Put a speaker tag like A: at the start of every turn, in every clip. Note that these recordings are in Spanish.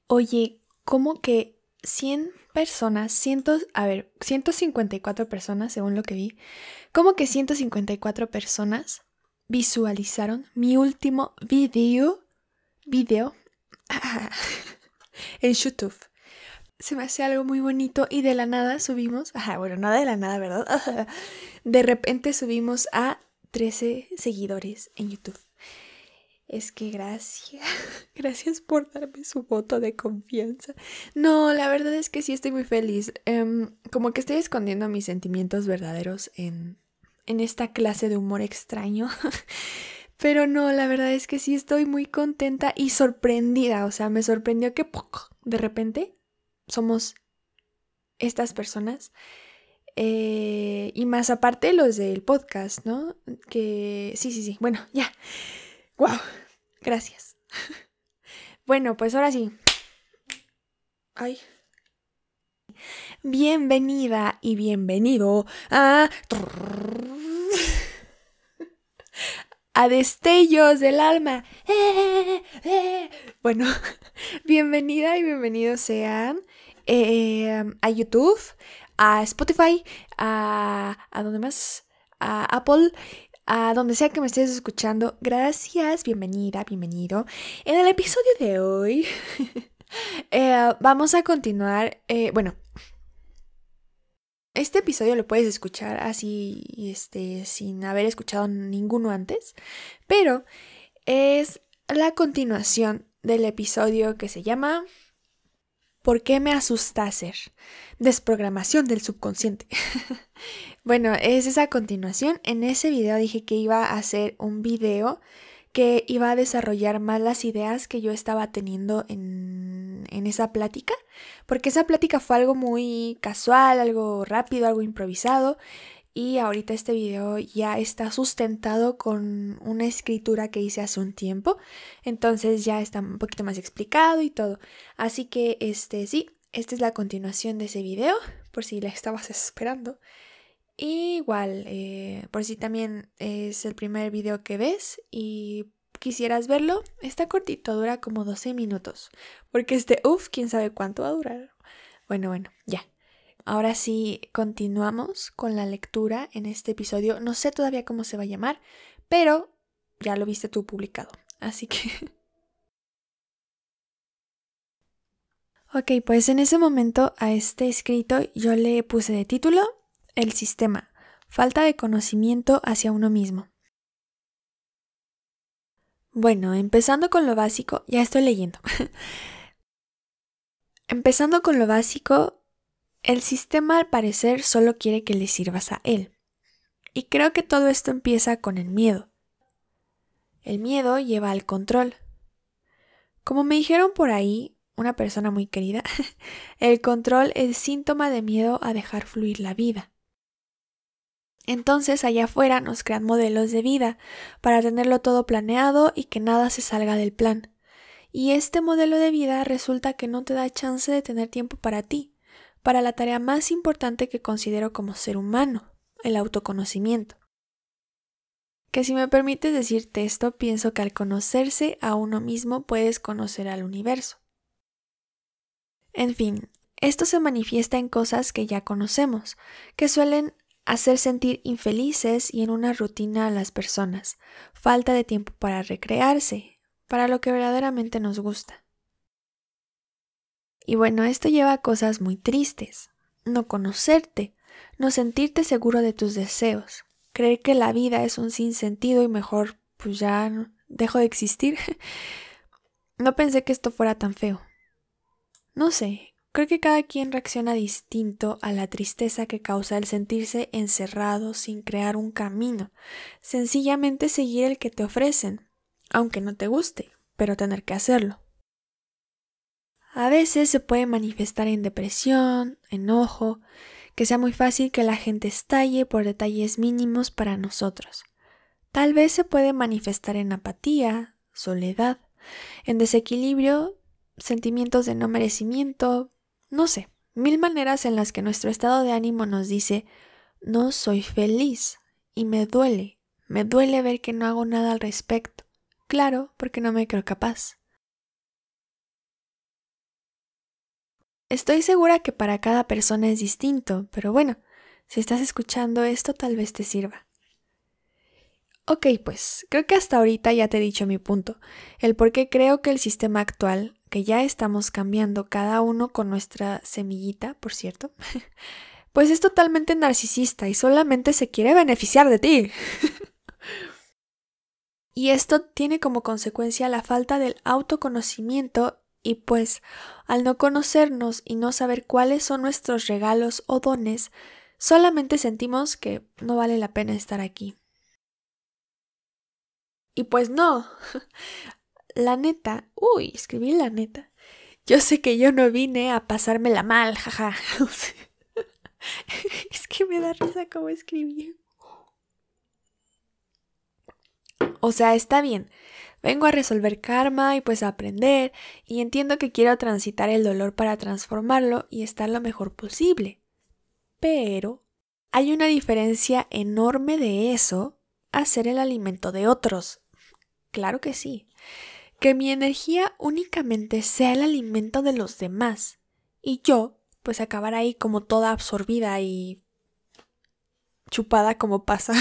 A: Oye, ¿cómo que 100 personas, 154 personas según lo que vi, cómo que 154 personas visualizaron mi último video en YouTube? Se me hace algo muy bonito y de la nada subimos, bueno, nada de la nada, ¿verdad? De repente subimos a 13 seguidores en YouTube. Es que gracias por darme su voto de confianza. No, la verdad es que sí estoy muy feliz. Como que estoy escondiendo mis sentimientos verdaderos en esta clase de humor extraño. Pero no, la verdad es que sí estoy muy contenta y sorprendida. O sea, me sorprendió que de repente somos estas personas. Y más aparte los del podcast, ¿no? Que sí. Bueno, ya. ¡Wow! Gracias. Bueno, pues ahora sí. Ay. Bienvenida y bienvenido a Destellos del Alma. Bueno, bienvenida y bienvenidos sean a YouTube, a Spotify, a ¿dónde más? A Apple, a donde sea que me estés escuchando. Gracias, bienvenida, bienvenido. En el episodio de hoy vamos a continuar, este episodio lo puedes escuchar así, sin haber escuchado ninguno antes, pero es la continuación del episodio que se llama ¿Por qué me asusta ser? Desprogramación del subconsciente. Bueno, es esa continuación. En ese video dije que iba a hacer un video que iba a desarrollar más las ideas que yo estaba teniendo en esa plática, porque esa plática fue algo muy casual, algo rápido, algo improvisado, y ahorita este video ya está sustentado con una escritura que hice hace un tiempo, entonces ya está un poquito más explicado y todo. Así que sí, esta es la continuación de ese video, por si la estabas esperando. Igual, por si también es el primer video que ves y quisieras verlo, está cortito, dura como 12 minutos. Porque quién sabe cuánto va a durar. Bueno, ya. Ahora sí, continuamos con la lectura en este episodio. No sé todavía cómo se va a llamar, pero ya lo viste tú publicado. Así que... Ok, pues en ese momento a este escrito yo le puse de título El sistema. Falta de conocimiento hacia uno mismo. Bueno, empezando con lo básico, ya estoy leyendo. Empezando con lo básico, el sistema al parecer solo quiere que le sirvas a él. Y creo que todo esto empieza con el miedo. El miedo lleva al control. Como me dijeron por ahí, una persona muy querida, el control es síntoma de miedo a dejar fluir la vida. Entonces allá afuera nos crean modelos de vida para tenerlo todo planeado y que nada se salga del plan. Y este modelo de vida resulta que no te da chance de tener tiempo para ti, para la tarea más importante que considero como ser humano, el autoconocimiento. Que si me permites decirte esto, pienso que al conocerse a uno mismo puedes conocer al universo. En fin, esto se manifiesta en cosas que ya conocemos, que suelen hacer sentir infelices y en una rutina a las personas, falta de tiempo para recrearse, para lo que verdaderamente nos gusta. Y bueno, esto lleva a cosas muy tristes, no conocerte, no sentirte seguro de tus deseos, creer que la vida es un sinsentido y mejor pues ya dejo de existir. No pensé que esto fuera tan feo. No sé, creo que cada quien reacciona distinto a la tristeza que causa el sentirse encerrado sin crear un camino, sencillamente seguir el que te ofrecen, aunque no te guste, pero tener que hacerlo. A veces se puede manifestar en depresión, enojo, que sea muy fácil que la gente estalle por detalles mínimos para nosotros. Tal vez se puede manifestar en apatía, soledad, en desequilibrio, sentimientos de no merecimiento, no sé, mil maneras en las que nuestro estado de ánimo nos dice no soy feliz y me duele ver que no hago nada al respecto. Claro, porque no me creo capaz. Estoy segura que para cada persona es distinto, pero bueno, si estás escuchando esto tal vez te sirva. Ok, pues creo que hasta ahorita ya te he dicho mi punto, el por qué creo que el sistema actual, que ya estamos cambiando cada uno con nuestra semillita, por cierto, pues es totalmente narcisista y solamente se quiere beneficiar de ti. Y esto tiene como consecuencia la falta del autoconocimiento y pues al no conocernos y no saber cuáles son nuestros regalos o dones, solamente sentimos que no vale la pena estar aquí. Y pues no, la neta, escribí la neta. Yo sé que yo no vine a pasármela mal, jaja. Es que me da risa cómo escribí. O sea, está bien. Vengo a resolver karma y pues a aprender, y entiendo que quiero transitar el dolor para transformarlo y estar lo mejor posible. Pero hay una diferencia enorme de eso a ser el alimento de otros. Claro que sí. Que mi energía únicamente sea el alimento de los demás y yo pues acabar ahí como toda absorbida y chupada como pasa.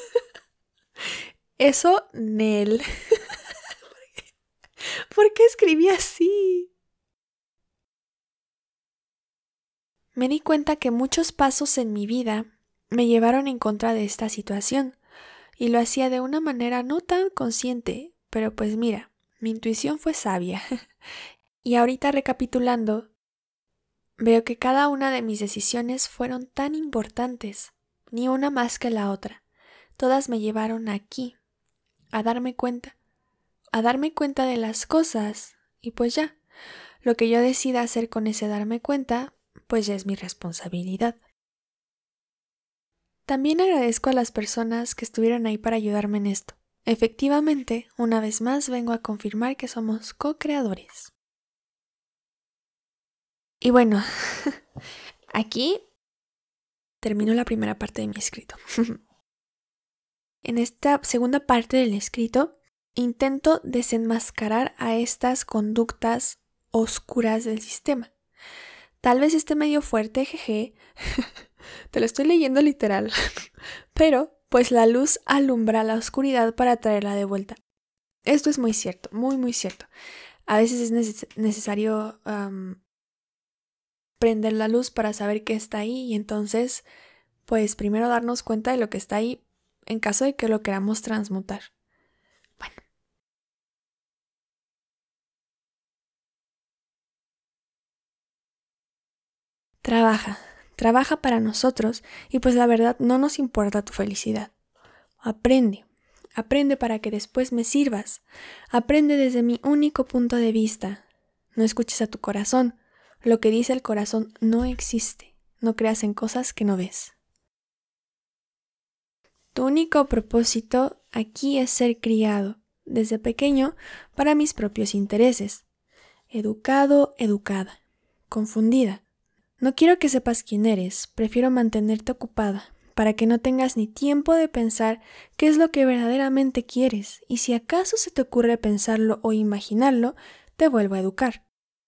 A: Eso, Nel. ¿Por qué escribí así? Me di cuenta que muchos pasos en mi vida me llevaron en contra de esta situación y lo hacía de una manera no tan consciente, pero pues mira, mi intuición fue sabia. Y ahorita recapitulando, veo que cada una de mis decisiones fueron tan importantes, ni una más que la otra. Todas me llevaron aquí, a darme cuenta de las cosas, y pues ya, lo que yo decida hacer con ese darme cuenta, pues ya es mi responsabilidad. También agradezco a las personas que estuvieron ahí para ayudarme en esto. Efectivamente, una vez más vengo a confirmar que somos co-creadores. Y bueno, aquí termino la primera parte de mi escrito. En esta segunda parte del escrito, intento desenmascarar a estas conductas oscuras del sistema. Tal vez esté medio fuerte, jeje. Te lo estoy leyendo literal. Pero, pues la luz alumbra la oscuridad para traerla de vuelta. Esto es muy cierto, muy, muy cierto. A veces es necesario prender la luz para saber qué está ahí y entonces, pues primero darnos cuenta de lo que está ahí en caso de que lo queramos transmutar. Bueno. Trabaja para nosotros y pues la verdad no nos importa tu felicidad. Aprende para que después me sirvas. Aprende desde mi único punto de vista. No escuches a tu corazón. Lo que dice el corazón no existe. No creas en cosas que no ves. Tu único propósito aquí es ser criado, desde pequeño, para mis propios intereses. Educado, educada. Confundida. No quiero que sepas quién eres, prefiero mantenerte ocupada, para que no tengas ni tiempo de pensar qué es lo que verdaderamente quieres, y si acaso se te ocurre pensarlo o imaginarlo, te vuelvo a educar.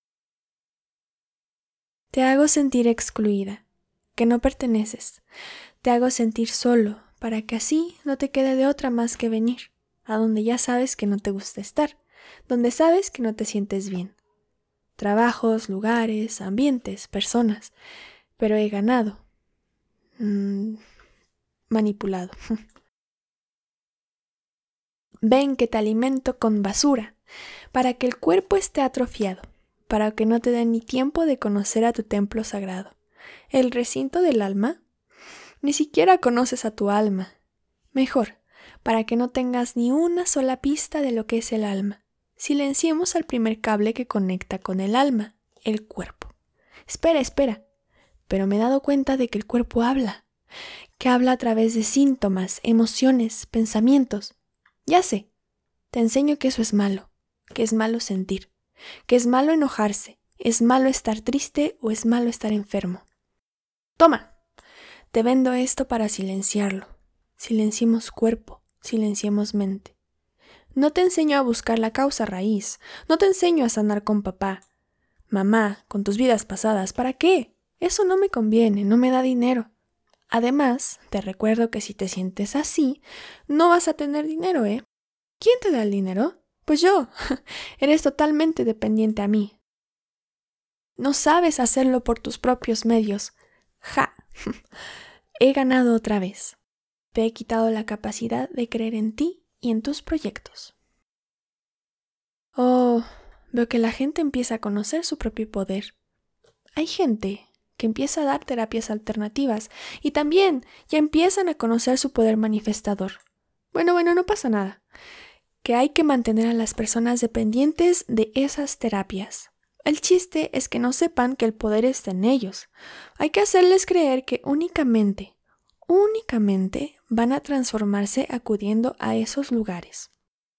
A: Te hago sentir excluida, que no perteneces. Te hago sentir solo, para que así no te quede de otra más que venir, a donde ya sabes que no te gusta estar, donde sabes que no te sientes bien. Trabajos, lugares, ambientes, personas, pero he ganado. Manipulado. Ven que te alimento con basura, para que el cuerpo esté atrofiado, para que no te dé ni tiempo de conocer a tu templo sagrado. El recinto del alma, ni siquiera conoces a tu alma. Mejor, para que no tengas ni una sola pista de lo que es el alma. Silenciemos al primer cable que conecta con el alma, el cuerpo. Espera, pero me he dado cuenta de que el cuerpo habla, que habla a través de síntomas, emociones, pensamientos. Ya sé, te enseño que eso es malo, que es malo sentir, que es malo enojarse, es malo estar triste o es malo estar enfermo. Toma, te vendo esto para silenciarlo. Silenciemos cuerpo, silenciemos mente. No te enseño a buscar la causa raíz, no te enseño a sanar con papá. Mamá, con tus vidas pasadas, ¿para qué? Eso no me conviene, no me da dinero. Además, te recuerdo que si te sientes así, no vas a tener dinero, ¿eh? ¿Quién te da el dinero? Pues yo. Eres totalmente dependiente a mí. No sabes hacerlo por tus propios medios. ¡Ja! He ganado otra vez. Te he quitado la capacidad de creer en ti y en tus proyectos. Oh, veo que la gente empieza a conocer su propio poder. Hay gente que empieza a dar terapias alternativas y también ya empiezan a conocer su poder manifestador. Bueno, no pasa nada. Que hay que mantener a las personas dependientes de esas terapias. El chiste es que no sepan que el poder está en ellos. Hay que hacerles creer que únicamente van a transformarse acudiendo a esos lugares.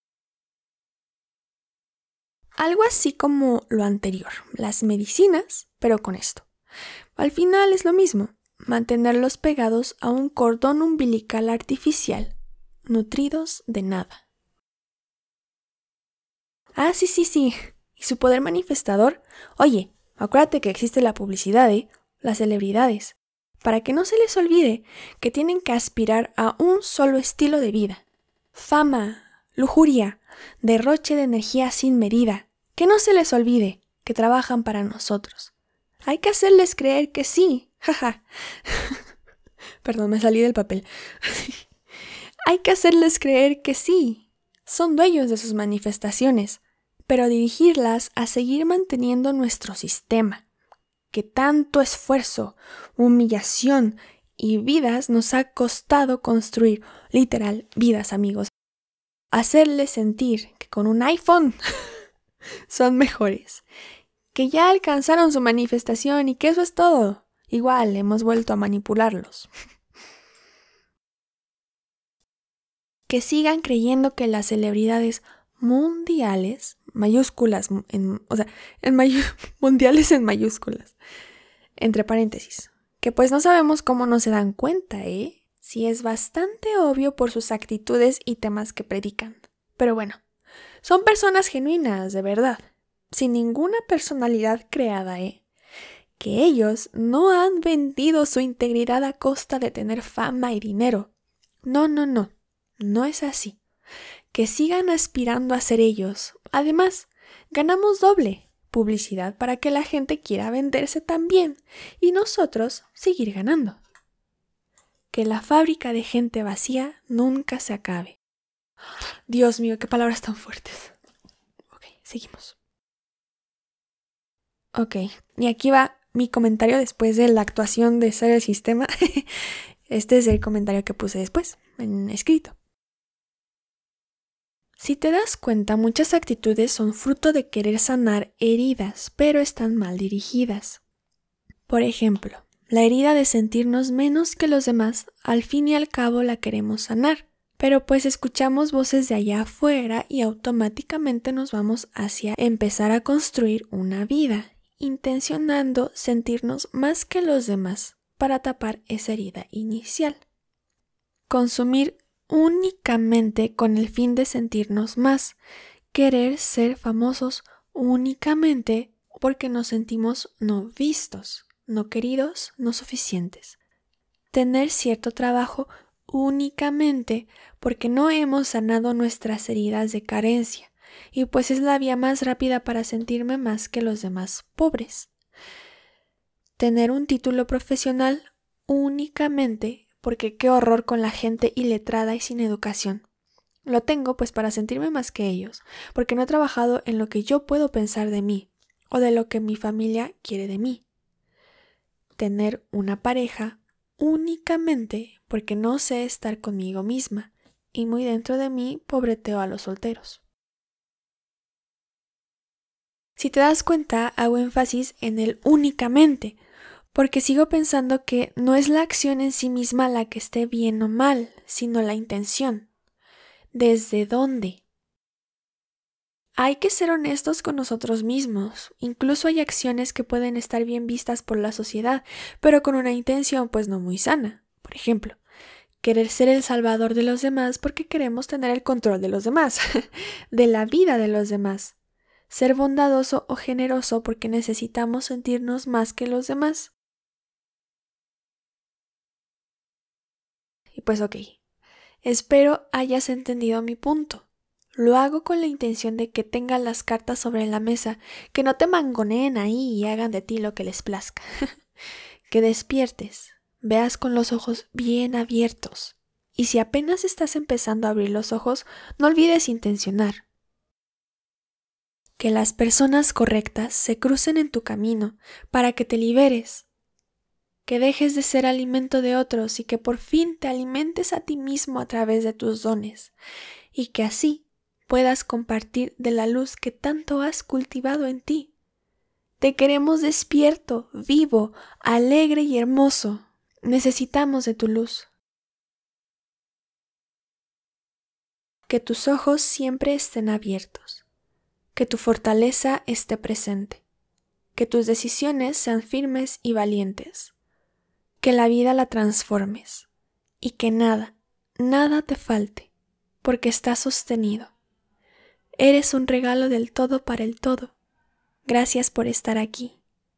A: Algo así como lo anterior, las medicinas, pero con esto. Al final es lo mismo, mantenerlos pegados a un cordón umbilical artificial, nutridos de nada. Ah, sí. ¿Y su poder manifestador? Oye, acuérdate que existe la publicidad, las celebridades, para que no se les olvide que tienen que aspirar a un solo estilo de vida. Fama, lujuria, derroche de energía sin medida. Que no se les olvide que trabajan para nosotros. Hay que hacerles creer que sí. Jaja. Perdón, me salí del papel. Hay que hacerles creer que sí. Son dueños de sus manifestaciones, pero dirigirlas a seguir manteniendo nuestro sistema, que tanto esfuerzo, humillación y vidas nos ha costado construir. Literal, vidas, amigos. Hacerles sentir que con un iPhone son mejores, que ya alcanzaron su manifestación y que eso es todo. Igual hemos vuelto a manipularlos. Que sigan creyendo que las celebridades mundiales, mayúsculas, mundiales en mayúsculas, entre paréntesis, que pues no sabemos cómo no se dan cuenta, si es bastante obvio por sus actitudes y temas que predican. Pero bueno, son personas genuinas, de verdad, sin ninguna personalidad creada, que ellos no han vendido su integridad a costa de tener fama y dinero. No es así. Que sigan aspirando a ser ellos. Además, ganamos doble publicidad para que la gente quiera venderse también y nosotros seguir ganando. Que la fábrica de gente vacía nunca se acabe. Dios mío, qué palabras tan fuertes. Ok, seguimos. Ok, y aquí va mi comentario después de la actuación de ser el sistema. Este es el comentario que puse después, en escrito. Si te das cuenta, muchas actitudes son fruto de querer sanar heridas, pero están mal dirigidas. Por ejemplo, la herida de sentirnos menos que los demás, al fin y al cabo la queremos sanar, pero pues escuchamos voces de allá afuera y automáticamente nos vamos hacia empezar a construir una vida, intencionando sentirnos más que los demás para tapar esa herida inicial. Consumir únicamente con el fin de sentirnos más, querer ser famosos únicamente porque nos sentimos no vistos, no queridos, no suficientes. Tener cierto trabajo únicamente porque no hemos sanado nuestras heridas de carencia y pues es la vía más rápida para sentirme más que los demás pobres. Tener un título profesional únicamente porque qué horror con la gente iletrada y sin educación. Lo tengo pues para sentirme más que ellos, porque no he trabajado en lo que yo puedo pensar de mí o de lo que mi familia quiere de mí. Tener una pareja únicamente porque no sé estar conmigo misma y muy dentro de mí pobreteo a los solteros. Si te das cuenta, hago énfasis en el únicamente, porque sigo pensando que no es la acción en sí misma la que esté bien o mal, sino la intención. ¿Desde dónde? Hay que ser honestos con nosotros mismos. Incluso hay acciones que pueden estar bien vistas por la sociedad, pero con una intención pues no muy sana. Por ejemplo, querer ser el salvador de los demás porque queremos tener el control de los demás, de la vida de los demás. ser bondadoso o generoso porque necesitamos sentirnos más que los demás. Y pues ok, espero hayas entendido mi punto. Lo hago con la intención de que tengas las cartas sobre la mesa, que no te mangoneen ahí y hagan de ti lo que les plazca. Que despiertes, veas con los ojos bien abiertos. Y si apenas estás empezando a abrir los ojos, no olvides intencionar. Que las personas correctas se crucen en tu camino para que te liberes. Que dejes de ser alimento de otros y que por fin te alimentes a ti mismo a través de tus dones. Y que así puedas compartir de la luz que tanto has cultivado en ti. Te queremos despierto, vivo, alegre y hermoso. Necesitamos de tu luz. Que tus ojos siempre estén abiertos. Que tu fortaleza esté presente. Que tus decisiones sean firmes y valientes. Que la vida la transformes. Y que nada, nada te falte, porque estás sostenido. Eres un regalo del todo para el todo. Gracias por estar aquí.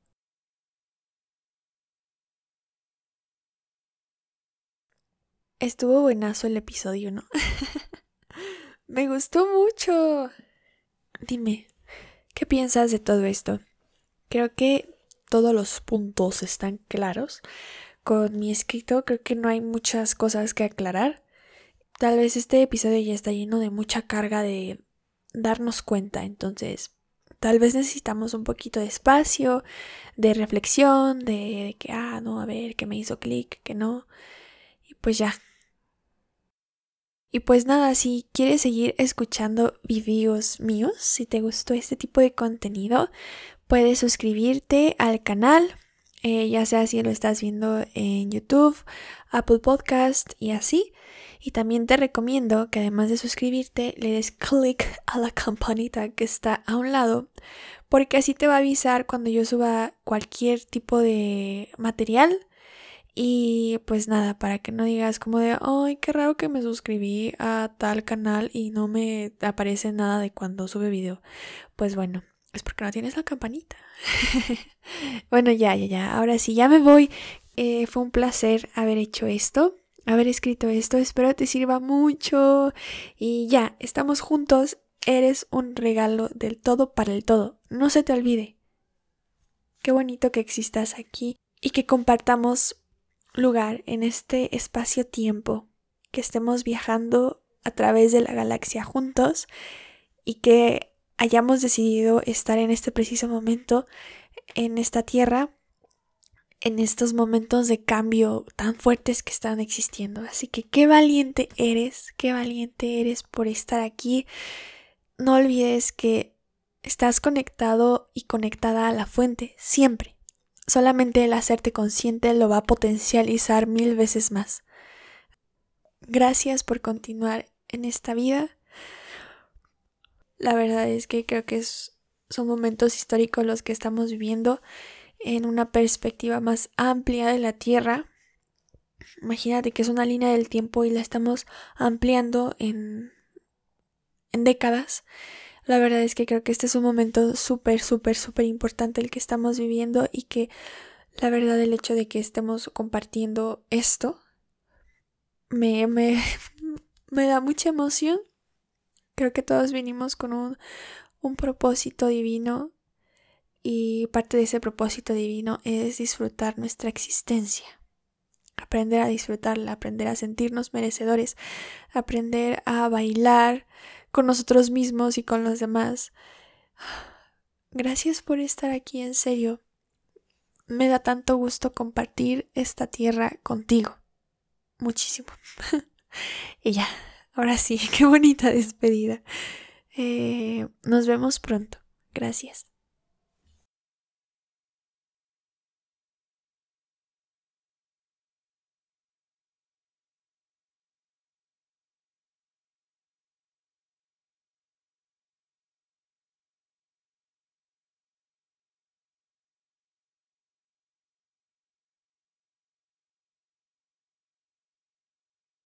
A: Estuvo buenazo el episodio, ¿no? Me gustó mucho. Dime, ¿qué piensas de todo esto? Creo que todos los puntos están claros. Con mi escrito creo que no hay muchas cosas que aclarar. Tal vez este episodio ya está lleno de mucha carga de darnos cuenta, entonces tal vez necesitamos un poquito de espacio, de reflexión, de que, no, a ver, que me hizo clic, que no, y pues ya. Y pues nada, si quieres seguir escuchando videos míos, si te gustó este tipo de contenido, puedes suscribirte al canal, ya sea si lo estás viendo en YouTube, Apple Podcast y así. Y también te recomiendo que además de suscribirte, le des click a la campanita que está a un lado, porque así te va a avisar cuando yo suba cualquier tipo de material. Y pues nada, para que no digas como de, ay, qué raro que me suscribí a tal canal y no me aparece nada de cuando sube video. Pues bueno, es porque no tienes la campanita. Bueno, ya. Ahora sí, ya me voy. Fue un placer haber hecho esto, haber escrito esto. Espero te sirva mucho. Y ya, estamos juntos. Eres un regalo del todo para el todo. No se te olvide. Qué bonito que existas aquí y que compartamos lugar en este espacio-tiempo, que estemos viajando a través de la galaxia juntos y que hayamos decidido estar en este preciso momento en esta tierra, en estos momentos de cambio tan fuertes que están existiendo. Así que qué valiente eres por estar aquí. No olvides que estás conectado y conectada a la fuente siempre. Solamente el hacerte consciente lo va a potencializar 1000 veces más. Gracias por continuar en esta vida. La verdad es que creo que son momentos históricos los que estamos viviendo en una perspectiva más amplia de la Tierra. Imagínate que es una línea del tiempo y la estamos ampliando en décadas. La verdad es que creo que este es un momento súper importante el que estamos viviendo y que la verdad el hecho de que estemos compartiendo esto me da mucha emoción. Creo que todos vinimos con un propósito divino y parte de ese propósito divino es disfrutar nuestra existencia. Aprender a disfrutarla, aprender a sentirnos merecedores, aprender a bailar con nosotros mismos y con los demás. Gracias por estar aquí, en serio. Me da tanto gusto compartir esta tierra contigo. Muchísimo. Y ya, ahora sí, qué bonita despedida. Nos vemos pronto. Gracias.